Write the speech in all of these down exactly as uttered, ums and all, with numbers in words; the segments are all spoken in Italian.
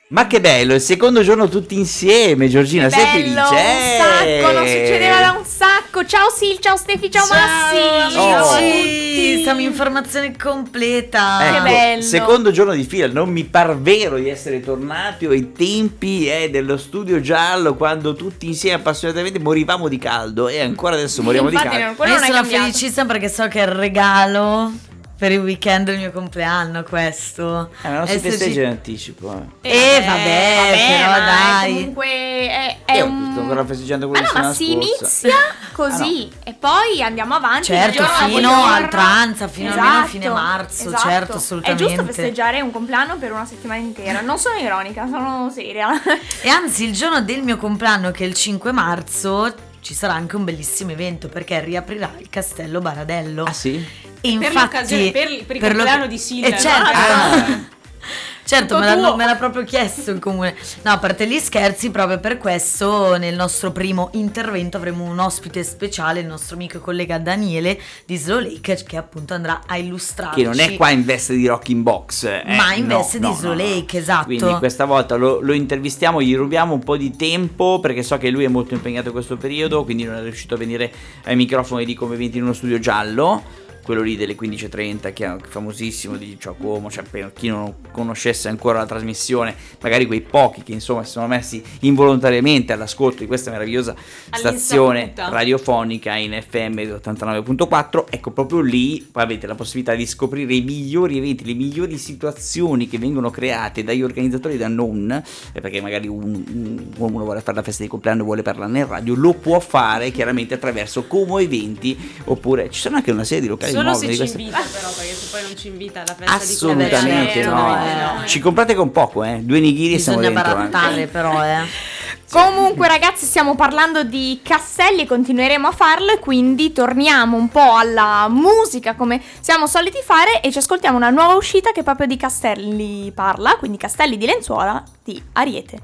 Ma che bello, il secondo giorno tutti insieme, Giorgina, che sei bello, felice? Un sacco, non succedeva da un sacco. Ciao Sil, ciao Stefi, ciao, Massi. Oh. Sì, siamo in formazione completa. Ecco, Che bello. secondo giorno di fila, non mi par vero di essere tornato ai tempi eh, dello studio giallo, quando tutti insieme appassionatamente morivamo di caldo e ancora adesso moriamo Infatti, di caldo. non- quello Ma io non è sono cambiato. felicissima perché so che è il regalo per il weekend del mio compleanno questo. Eh, ma non si Esserci- festeggia in anticipo. Eh. Eh, vabbè, però ma dai. Comunque è, è Io un... sto ancora festeggiando Ma quello no, di ma settimana si scorsa. inizia così e poi andiamo avanti. Certo, giorno dopo fino giorno. al tranza, fino almeno a Esatto, fine marzo, esatto. certo, assolutamente. È giusto festeggiare un compleanno per una settimana intera. Non sono ironica, sono seria. E anzi, il giorno del mio compleanno, che è il cinque marzo, ci sarà anche un bellissimo evento perché riaprirà il Castello Baradello. Ah sì? E Per infatti, l'occasione, per il- per il compleanno di Silvia, Eh, certo, no? certo, Tutto me, l'hanno- tuo. me l'ha proprio chiesto il comune. No, a parte gli scherzi, proprio per questo nel nostro primo intervento avremo un ospite speciale, il nostro amico e collega Daniele di Slow Lake, che appunto andrà a illustrarci. Che non è qua in veste di Rocking Box, eh. Ma in No, veste di no, Slow no, no. Lake, esatto. Quindi questa volta lo, lo intervistiamo, gli rubiamo un po' di tempo perché so che lui è molto impegnato in questo periodo, quindi non è riuscito a venire ai microfoni di Come Eventi in uno studio giallo, quello lì delle quindici e trenta, che è famosissimo di Giacomo, cioè per chi non conoscesse ancora la trasmissione, magari quei pochi che insomma si sono messi involontariamente all'ascolto di questa meravigliosa stazione All'insaputa. radiofonica in F M ottantanove virgola quattro, ecco proprio lì avete la possibilità di scoprire i migliori eventi, le migliori situazioni che vengono create dagli organizzatori da non, eh, perché magari un, un, uno vuole fare la festa di compleanno e vuole parlare in radio, lo può fare chiaramente attraverso Como Eventi, oppure ci sono anche una serie di locali Solo nuovi se di ci queste- invita però, perché se poi non ci invita alla festa assolutamente di no, compleanno, no. eh. Ci comprate con poco, eh, due nigiri e siamo Bisogna dentro. eh. barattare però, eh. Comunque ragazzi, stiamo parlando di castelli e continueremo a farlo, e quindi torniamo un po' alla musica come siamo soliti fare e ci ascoltiamo una nuova uscita che proprio di castelli parla, quindi Castelli di Lenzuola di Ariete.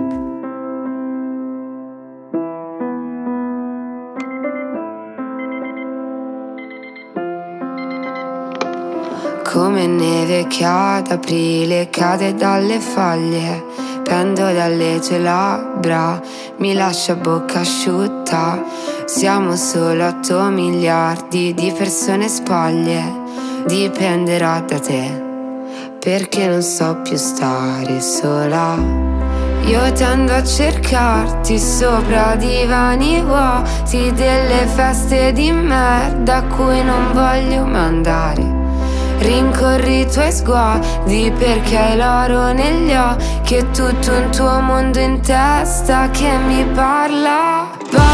Come neve che ad aprile cade dalle foglie, pendo dalle tue labbra, mi lascia a bocca asciutta. Siamo solo otto miliardi di persone spoglie, dipenderà da te, perché non so più stare sola. Io tendo a cercarti sopra divani vuoti delle feste di merda a cui non voglio mandare. Rincorri i tuoi sguardi perché hai l'oro negli occhi e tutto un tuo mondo in testa che mi parla.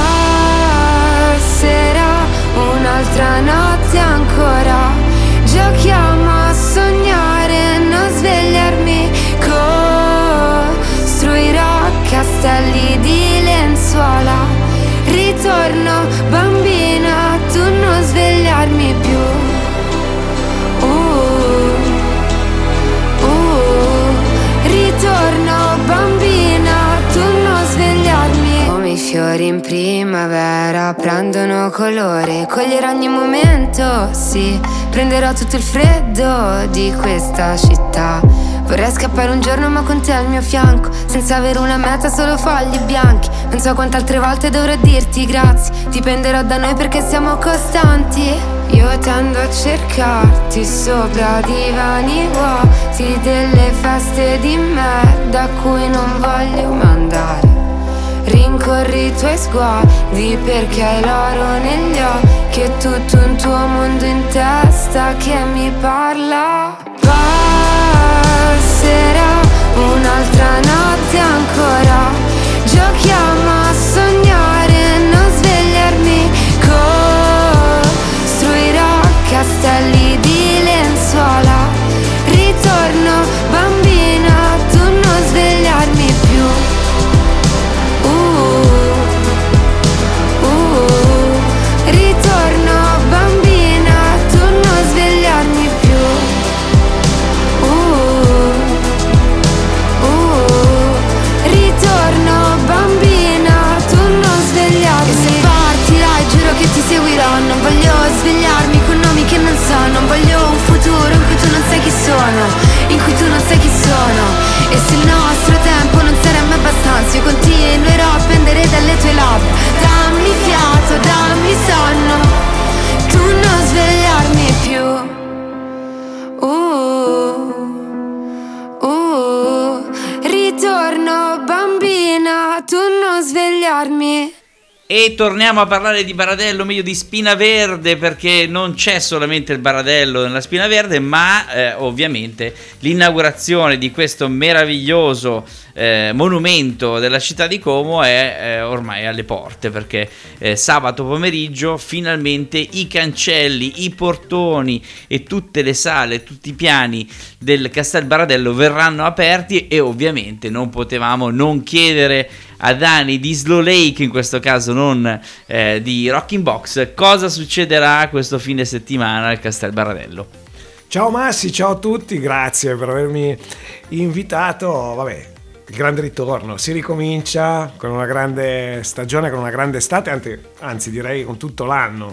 Passerà un'altra notte ancora, giochiamo a sognare, non svegliarmi. Costruirò castelli di lenzuola, ritorno bambina, tu non svegliarmi più. Ritorno bambina, tu non svegliarmi. Come i fiori in primavera prendono colore, coglierò ogni momento, sì. Prenderò tutto il freddo di questa città. Vorrei scappare un giorno ma con te al mio fianco, senza avere una meta, solo fogli bianchi. Non so quante altre volte dovrò dirti grazie, dipenderò da noi perché siamo costanti. Io tendo a cercarti sopra divani vuoti delle feste di merda a cui non voglio mandare. Rincorri i tuoi sguardi perché hai l'oro negli occhi e tutto un tuo mondo in testa che mi parla. Passerà un'altra notte ancora, giochiamo a sognare, non svegliarmi. Costruirò castelli di lenzuola, ritorno bambina, tu non svegliarmi più. Uh, uh, ritorno bambina, tu non svegliarmi più. Uh, uh, ritorno bambina. E torniamo a parlare di Baradello, meglio di Spina Verde, perché non c'è solamente il Baradello nella Spina Verde, ma eh, ovviamente l'inaugurazione di questo meraviglioso eh, monumento della città di Como è eh, ormai alle porte, perché eh, sabato pomeriggio finalmente i cancelli, i portoni e tutte le sale, tutti i piani del Castel Baradello verranno aperti, e ovviamente non potevamo non chiedere a Dani di Slow Lake, in questo caso non eh, di Rocking Box, cosa succederà questo fine settimana al Castel Baradello. Ciao Massi, ciao a tutti, grazie per avermi invitato. Vabbè, il grande ritorno, si ricomincia con una grande stagione, con una grande estate, anzi, anzi direi con tutto l'anno,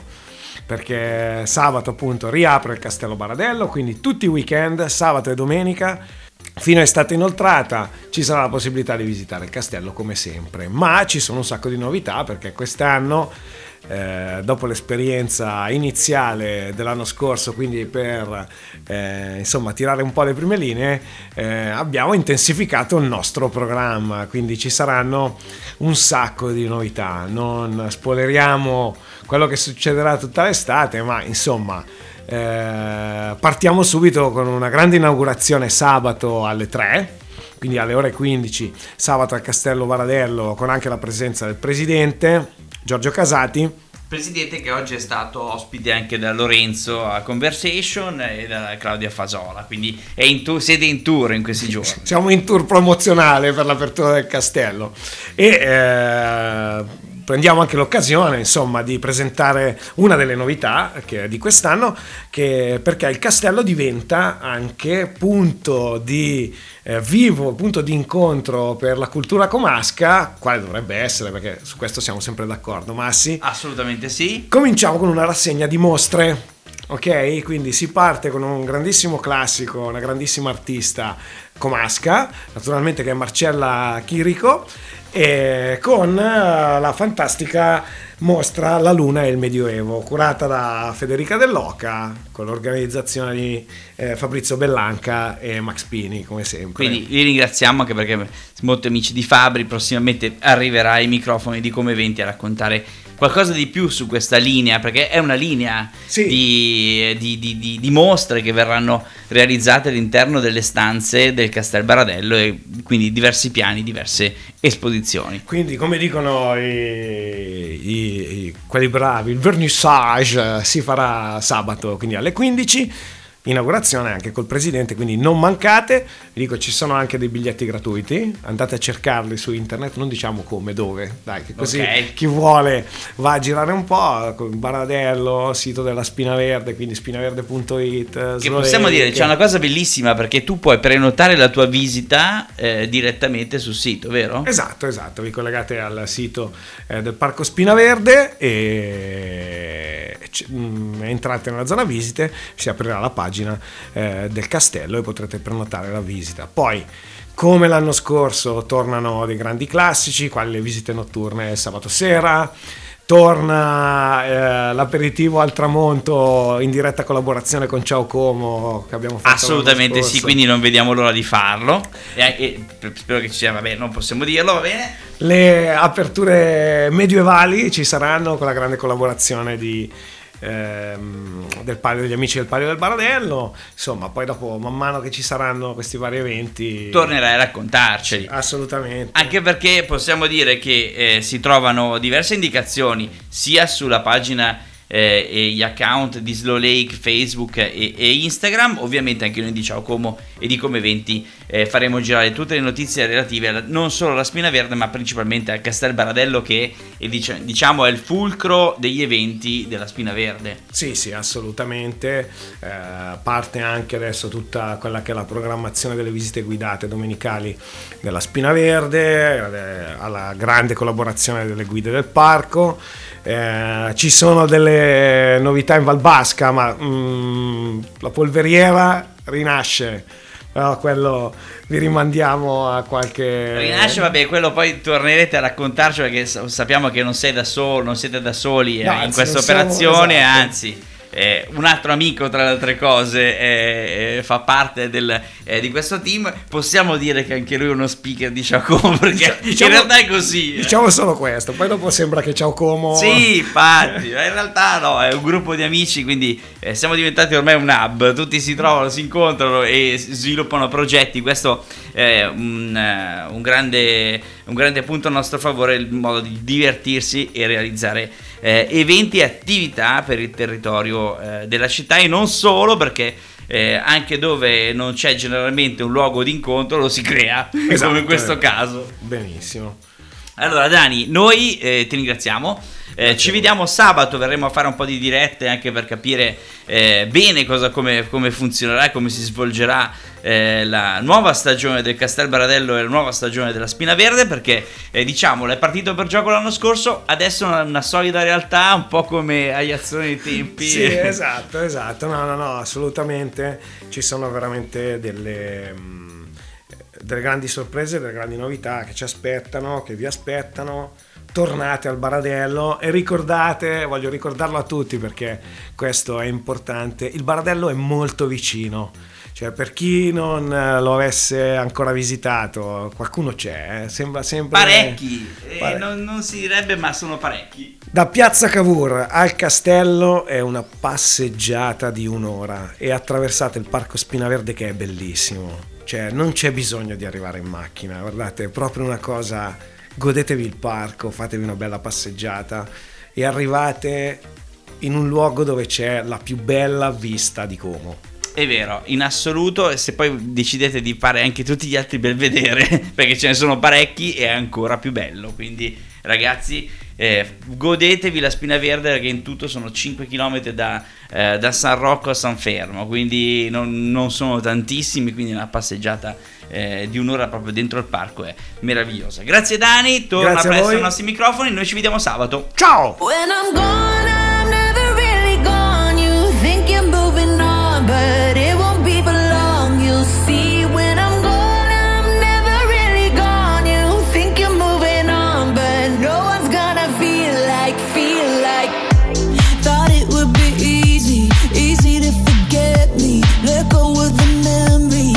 perché sabato appunto riapre il Castello Baradello, quindi tutti i weekend, sabato e domenica, fino a estate inoltrata, ci sarà la possibilità di visitare il castello come sempre, ma ci sono un sacco di novità, perché quest'anno, eh, dopo l'esperienza iniziale dell'anno scorso, quindi per eh, insomma tirare un po' le prime linee, eh, abbiamo intensificato il nostro programma, quindi ci saranno un sacco di novità. Non spoileriamo quello che succederà tutta l'estate, ma insomma Eh, partiamo subito con una grande inaugurazione sabato alle tre, quindi alle ore quindici, sabato al Castello Baradello, con anche la presenza del presidente Giorgio Casati. Presidente che oggi è stato ospite anche da Lorenzo a Conversation e da Claudia Fasola, quindi è in tour, siete in tour in questi giorni. Siamo in tour promozionale per l'apertura del castello e eh, prendiamo anche l'occasione, insomma, di presentare una delle novità che di quest'anno, che perché il castello diventa anche punto di eh, vivo, punto di incontro per la cultura comasca, quale dovrebbe essere, perché su questo siamo sempre d'accordo, Massi? Assolutamente sì. Cominciamo con una rassegna di mostre. Ok, quindi si parte con un grandissimo classico, una grandissima artista comasca, naturalmente, che è Marcella Chirico, e con la fantastica mostra La Luna e il Medioevo, curata da Federica Dell'Oca, con l'organizzazione di eh, Fabrizio Bellanca e Max Pini, come sempre. Quindi li ringraziamo, anche perché molti amici di Fabri, prossimamente arriverà ai microfoni di Come Eventi a raccontare qualcosa di più su questa linea, perché è una linea sì. di, di, di, di, di mostre che verranno realizzate all'interno delle stanze del Castel Baradello, e quindi diversi piani, diverse esposizioni. Quindi, come dicono i, i, i, quelli bravi, il vernissage si farà sabato, quindi alle quindici, inaugurazione anche col presidente, quindi non mancate. Vi dico, ci sono anche dei biglietti gratuiti, andate a cercarli su internet, non diciamo come, dove, dai, che così okay. Chi vuole va a girare un po', con Baradello, sito della Spina Verde, quindi spinaverde punto it. Che possiamo dire, c'è una cosa bellissima, perché tu puoi prenotare la tua visita eh, direttamente sul sito, vero? Esatto, esatto, vi collegate al sito eh, del Parco Spina Verde e c- mh, entrate nella zona visite, si aprirà la pagina eh, del castello e potrete prenotare la visita. Poi, come l'anno scorso, tornano dei grandi classici, quali le visite notturne sabato sera. Torna eh, l'aperitivo al tramonto in diretta collaborazione con Ciao Como, che abbiamo fatto. Assolutamente sì, quindi non vediamo l'ora di farlo. E, e spero che ci sia, vabbè, non possiamo dirlo, va bene. Le aperture medievali ci saranno, con la grande collaborazione di ehm, del palio, degli amici del Palio del Baradello. Insomma, poi dopo, man mano che ci saranno questi vari eventi, tornerai a raccontarceli. Assolutamente. Anche perché possiamo dire che eh, si trovano diverse indicazioni sia sulla pagina eh, e gli account di Slow Lake, Facebook e, e Instagram. Ovviamente anche noi di Ciao Como e di Come Eventi eh, faremo girare tutte le notizie relative a, non solo alla Spina Verde, ma principalmente al Castel Baradello, che è, diciamo, è il fulcro degli eventi della Spina Verde. Sì, sì, assolutamente. Eh, parte anche adesso tutta quella che è la programmazione delle visite guidate domenicali della Spina Verde, eh, alla grande collaborazione delle guide del parco. Eh, ci sono delle novità in Valbasca, ma mm, la polveriera rinasce, però quello vi rimandiamo a qualche... Rinasce, vabbè, quello poi tornerete a raccontarci, perché sappiamo che non sei da solo, non siete da soli no, in questa operazione, siamo, esatto. Anzi, eh, un altro amico tra le altre cose eh, eh, fa parte del, eh, di questo team. Possiamo dire che anche lui è uno speaker di Ciao Como, perché Diciamo- in realtà è così. Diciamo solo questo, poi dopo sembra che Ciao Como... Sì, infatti, ma in realtà no, è un gruppo di amici, quindi eh, siamo diventati ormai un hub, tutti si trovano, si incontrano e sviluppano progetti. Questo è un, eh, un grande, un grande punto a nostro favore, il modo di divertirsi e realizzare eh, eventi e attività per il territorio eh, della città, e non solo, perché eh, anche dove non c'è generalmente un luogo di incontro lo si crea, Esatto, come in questo eh. caso. Benissimo. Allora Dani, noi eh, ti ringraziamo, eh, ci vediamo sabato, verremo a fare un po' di dirette anche per capire eh, bene cosa, come, come funzionerà e come si svolgerà eh, la nuova stagione del Castel Baradello e la nuova stagione della Spina Verde, perché eh, diciamolo, è partito per gioco l'anno scorso, adesso è una, una solida realtà, un po' come agli azioni dei tempi. Sì, esatto, esatto. No, no, no, assolutamente. Ci sono veramente delle, mh, delle grandi sorprese, delle grandi novità che ci aspettano, che vi aspettano. Tornate al Baradello e ricordate, voglio ricordarlo a tutti perché questo è importante, il Baradello è molto vicino. Cioè, per chi non lo avesse ancora visitato, qualcuno c'è, eh? Sembra sempre... Parecchi, eh, Pare- non, non si direbbe, ma sono parecchi. Da Piazza Cavour al castello è una passeggiata di un'ora e attraversate il Parco Spinaverde, che è bellissimo. Cioè, non c'è bisogno di arrivare in macchina, guardate, è proprio una cosa... Godetevi il parco, fatevi una bella passeggiata e arrivate in un luogo dove c'è la più bella vista di Como. È vero, in assoluto, e se poi decidete di fare anche tutti gli altri belvedere, perché ce ne sono parecchi, è ancora più bello. Quindi ragazzi, eh, godetevi la Spina Verde, che in tutto sono cinque chilometri da, eh, da San Rocco a San Fermo, quindi non, non sono tantissimi, quindi una passeggiata eh, di un'ora proprio dentro il parco è meravigliosa. Grazie Dani, torna Grazie a presto voi. ai nostri microfoni, noi ci vediamo sabato. Ciao! When I'm gone, I'm never really gone. You think you're moving on, but it won't be for long. You'll see when I'm gone, I'm never really gone. You think you're moving on, but no one's gonna feel like, feel like. Thought it would be easy, easy to forget me. Let go of the memories.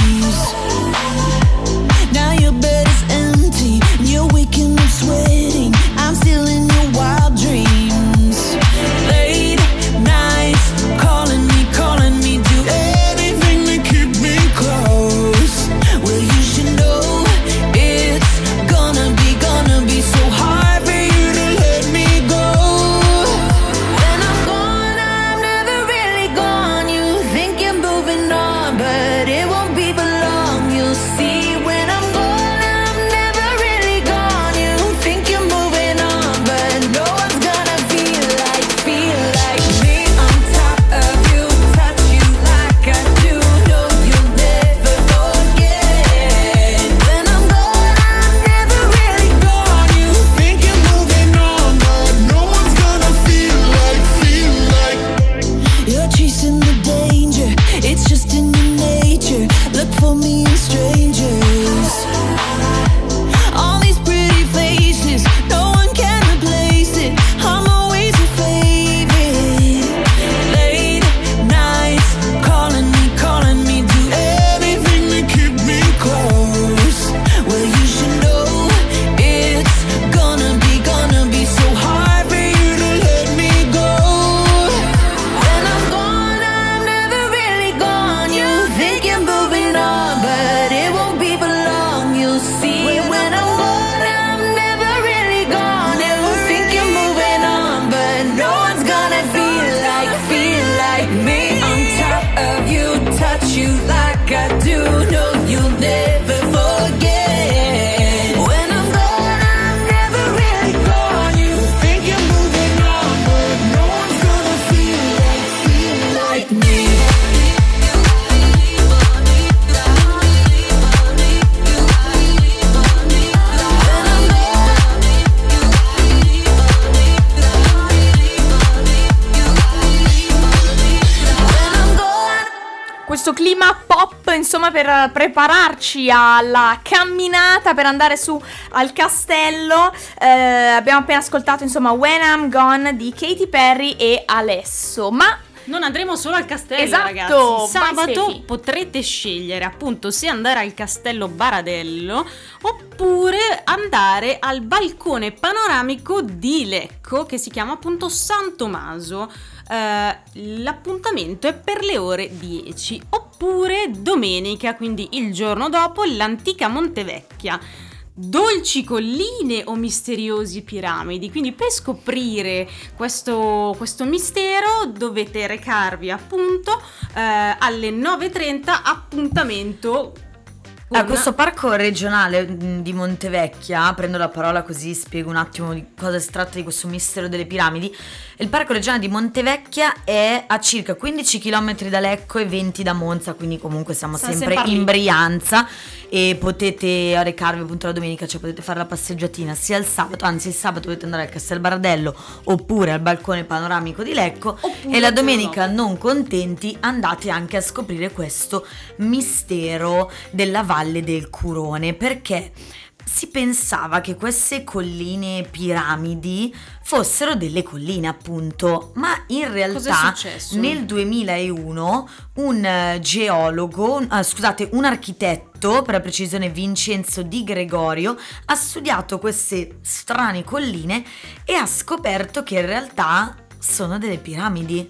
Now your bed is empty, and you're waking up sweating. I'm still in your wild dreams. Late nights, calling me, calling me, do anything to keep me close. Well, you should know it's gonna be, gonna be so hard for you to let me go. When I'm gone, I'm never really gone. You think you're moving on, but it won't be for long. You'll see when I'm gone, I'm never really gone. You think you're moving on, but no one's gonna feel like, feel like me. On top of you, touch you like I do. No, you'll never forget. When I'm gone, I'm never really gone. You think you're moving on, but no one's gonna feel like, feel like. You're chasing the danger, it's just in your nature. Look for me in strangers. All these pretty faces, no one can replace it. I'm always your favorite. Late nights, calling me, calling me, do anything to keep me close. Well, you should know it's gonna be, gonna be so hard for you to let me go. When I'm gone, I'm never really gone. You think you're moving on, but it won't be for long. You'll see when I'm gone, I'm never really gone. You think you're moving on, but no one's gonna feel like, feel like me. On top of you, touch you like I do. No, you'll never forget. When I'm gone, I'm never really gone. You think you're moving on, but no one's gonna feel like, feel like me. Questo clima pop, insomma, per prepararci alla camminata per andare su al castello. Eh, abbiamo appena ascoltato, insomma, When I'm Gone di Katy Perry e Alesso. Ma Non andremo solo al castello, Esatto, ragazzi. vai, Sabato Stefi. potrete scegliere appunto se andare al castello Baradello oppure andare al balcone panoramico di Lecco, che si chiama appunto San Tommaso. Eh, l'appuntamento è per le ore dieci, oppure domenica, quindi il giorno dopo, l'antica Montevecchia. Dolci colline o misteriosi piramidi? Quindi per scoprire questo, questo mistero dovete recarvi appunto eh, alle nove e trenta, appuntamento A con- questo parco regionale mh, di Montevecchia, prendo la parola così spiego un attimo di cosa si tratta di questo mistero delle piramidi. Il parco regionale di Montevecchia è a circa quindici chilometri da Lecco e venti da Monza, quindi comunque siamo Siamo sempre sempre lì. in Brianza e potete recarvi appunto la domenica, cioè potete fare la passeggiatina sia il sabato, anzi il sabato dovete andare al Castel Baradello oppure al balcone panoramico di Lecco, Oppure e la il giorno domenica dopo. non contenti andate anche a scoprire questo mistero della Valle del Curone, perché si pensava che queste colline piramidi fossero delle colline appunto, ma in realtà successo? nel duemilauno un eh, geologo, un- ah, scusate, un architetto, per la precisione Vincenzo Di Gregorio, ha studiato queste strane colline e ha scoperto che in realtà sono delle piramidi.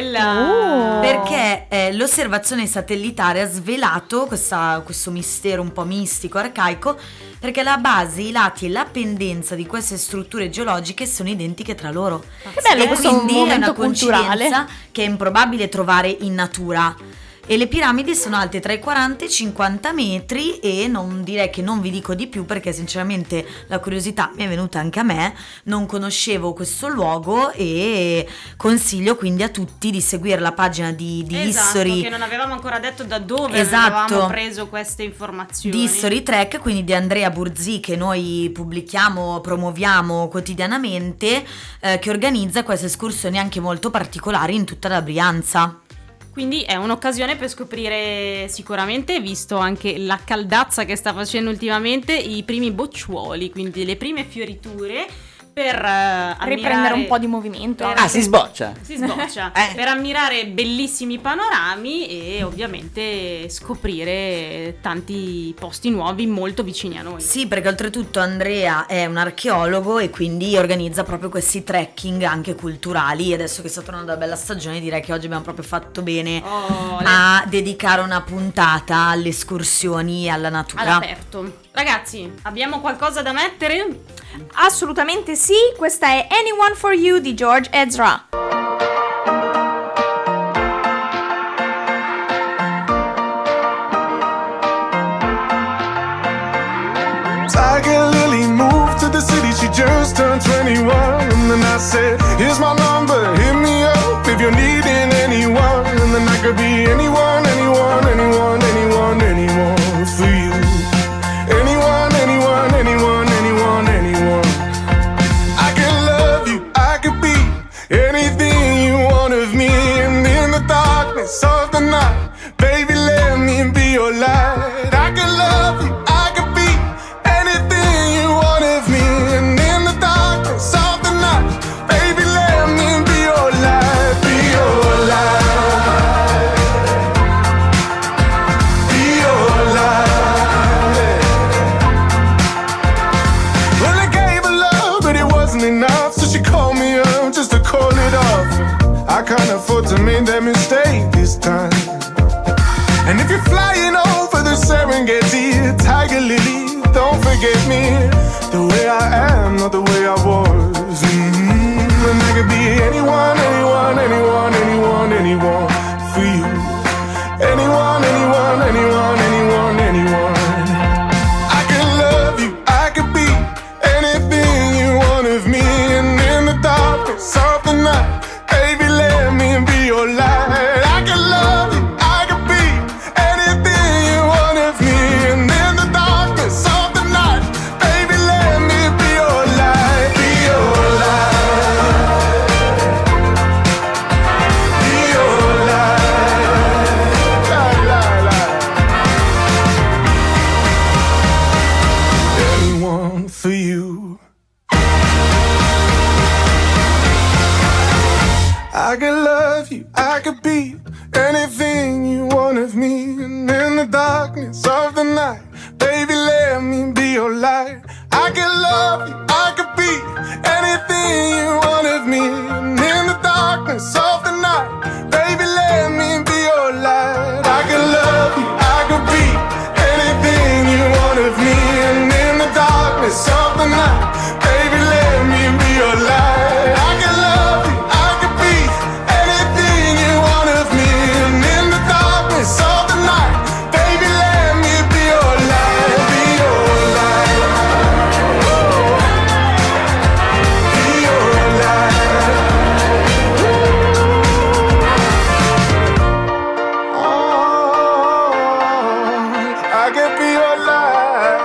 Quella. Oh. Perché eh, l'osservazione satellitare ha svelato questa- questo mistero un po' mistico, arcaico, perché la base, i lati e la pendenza di queste strutture geologiche sono identiche tra loro. Che bello E questo quindi è momento una culturale. coincidenza che è improbabile trovare in natura. E le piramidi sono alte tra i quaranta e i cinquanta metri e non direi che non vi dico di più perché sinceramente la curiosità mi è venuta anche a me, non conoscevo questo luogo e consiglio quindi a tutti di seguire la pagina di, di Esatto, History, che non avevamo ancora detto da dove Esatto. avevamo preso queste informazioni. di History Trek, quindi di Andrea Burzì, che noi pubblichiamo, promuoviamo quotidianamente, eh, che organizza queste escursioni anche molto particolari in tutta la Brianza. Quindi è un'occasione per scoprire sicuramente, visto anche la caldazza che sta facendo ultimamente, i primi bocciuoli, quindi le prime fioriture per eh, Riprendere ammirare- un po' di movimento. per- Ah, si sboccia. Si sboccia Eh. per ammirare bellissimi panorami e ovviamente scoprire tanti posti nuovi molto vicini a noi. Sì, perché oltretutto Andrea è un archeologo e quindi organizza proprio questi trekking anche culturali. E adesso che sta tornando la bella stagione, direi che oggi abbiamo proprio fatto bene Oh, le- a dedicare una puntata alle escursioni e alla natura. all'aperto. Ragazzi, abbiamo qualcosa da mettere? Assolutamente sì, questa è Anyone for You di George Ezra. Tiger Lily moved to the city, she just turned twenty-one. And then I said, here's my number, hit me up if you're needing anyone. And then I could be anyone, anyone, anyone, anyone, anyone for you. Anyone, anyone, anyone, anyone, anyone. I could love you, I could be anything you want of me. And in the darkness of the night, baby, let me be your light. I could love you, I could be anything you want of me. And in the darkness of the night, baby, let me be your light, be your light, be your light. Well, I gave her love, but it wasn't enough, so she called me up just to call it off. I can't afford to make that mistake this time. And if you're flying over the Serengeti, Tiger Lily, don't forget me. The way I am, not the way I was. Mm-hmm. And I could be anyone, anyone, anyone, anyone, anyone for you. Anyone, anyone, anyone, anyone, anyone. I could love you, I could be anything you want of me. And in the darkness of the night, baby, let me be your light. I could love you, I could be anything you want of me. And in the darkness of the night, baby, let me be your light, be your anything you want of me. And in the darkness of the night, baby, let me be your light. I can love you, I could be anything you want of me. And in the darkness of the night, baby, let me be your light. I can love you, I could be anything you want of me. And in the darkness of the night, baby, let me be your light. I can love you, I could be anything you want of me. And in the darkness of the night, baby, let me be your light, be your light, be your light. Oh, I can be your light.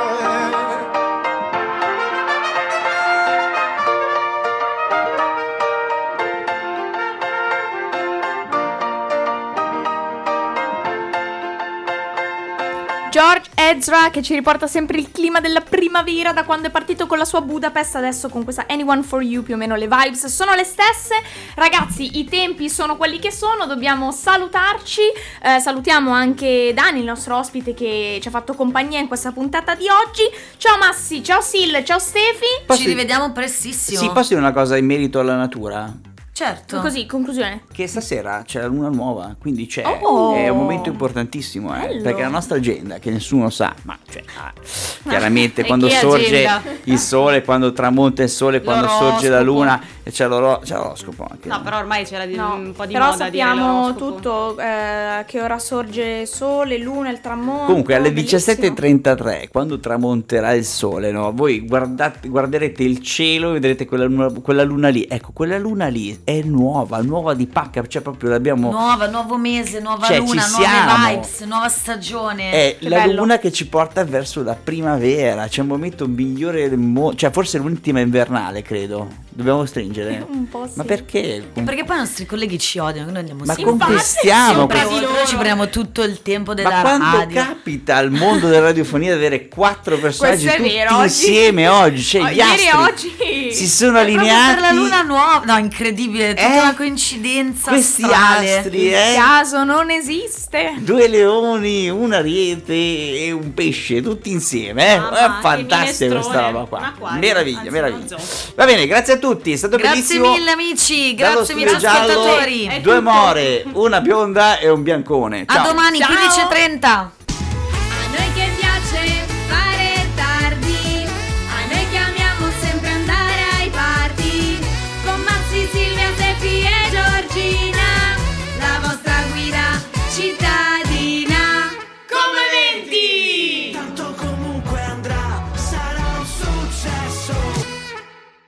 George Ezra che ci riporta sempre il clima della primavera da quando è partito con la sua Budapest, adesso con questa Anyone for You più o meno le vibes sono le stesse. Ragazzi, i tempi sono quelli che sono, dobbiamo salutarci, eh, salutiamo anche Dani, il nostro ospite che ci ha fatto compagnia in questa puntata di oggi. Ciao Massi, ciao Sil, ciao Stefi. Posso- Ci rivediamo prestissimo. Sì, posso dire una cosa in merito alla natura? Certo. Così, conclusione. Che stasera c'è la luna nuova, quindi c'è. Oh! È un momento importantissimo, eh, Bello. perché la nostra agenda, che nessuno sa, ma cioè, ah, chiaramente E quando che sorge agenda? il sole, quando tramonta il sole, quando sorge la L'oroscopo. luna, e c'è, l'oro- c'è l'oroscopo anche. No, però ormai c'era di- No, un po' di però moda dire sappiamo l'oroscopo. tutto, eh, che ora sorge sole, luna, il tramonto. Comunque alle bellissimo. diciassette e trentatré, quando tramonterà il sole, no? Voi guardate, guarderete il cielo e vedrete quella luna, quella luna lì. Ecco, quella luna lì è nuova, nuova di pacca, cioè proprio l'abbiamo... Nuova, nuovo mese, nuova Cioè, luna, ci nuove siamo. vibes, nuova stagione. È Che la bello. luna che ci porta verso la primavera. C'è un momento migliore del mondo, cioè forse l'ultima invernale, credo. Dobbiamo stringere? Un po' sì. Ma perché? E perché poi i nostri colleghi ci odiano, noi andiamo Ma sempre. conquistiamo Sempre questo- oltre, noi ci prendiamo tutto il tempo della Ma quando radio. capita al mondo della radiofonia di avere quattro personaggi Questo è tutti vero, oggi- insieme oggi, cioè Oh, gli ieri e astri oggi- si sono È proprio allineati per la luna nuova. No, incredibile, tutta Eh? una coincidenza questi astrale. astri, Il eh? caso non esiste. Due leoni, un ariete e un pesce, tutti insieme, eh? Mamma, È che fantastica questa minestrone. roba qua. Un acquario, Meraviglia, anzi, meraviglia. uno zoo. Va bene, grazie a tutti, è stato Grazie bellissimo. mille amici, Dallo grazie studio mille giallo, ascoltatori. È due tutto. more, una bionda e un biancone. A Ciao. domani Ciao. quindici e trenta.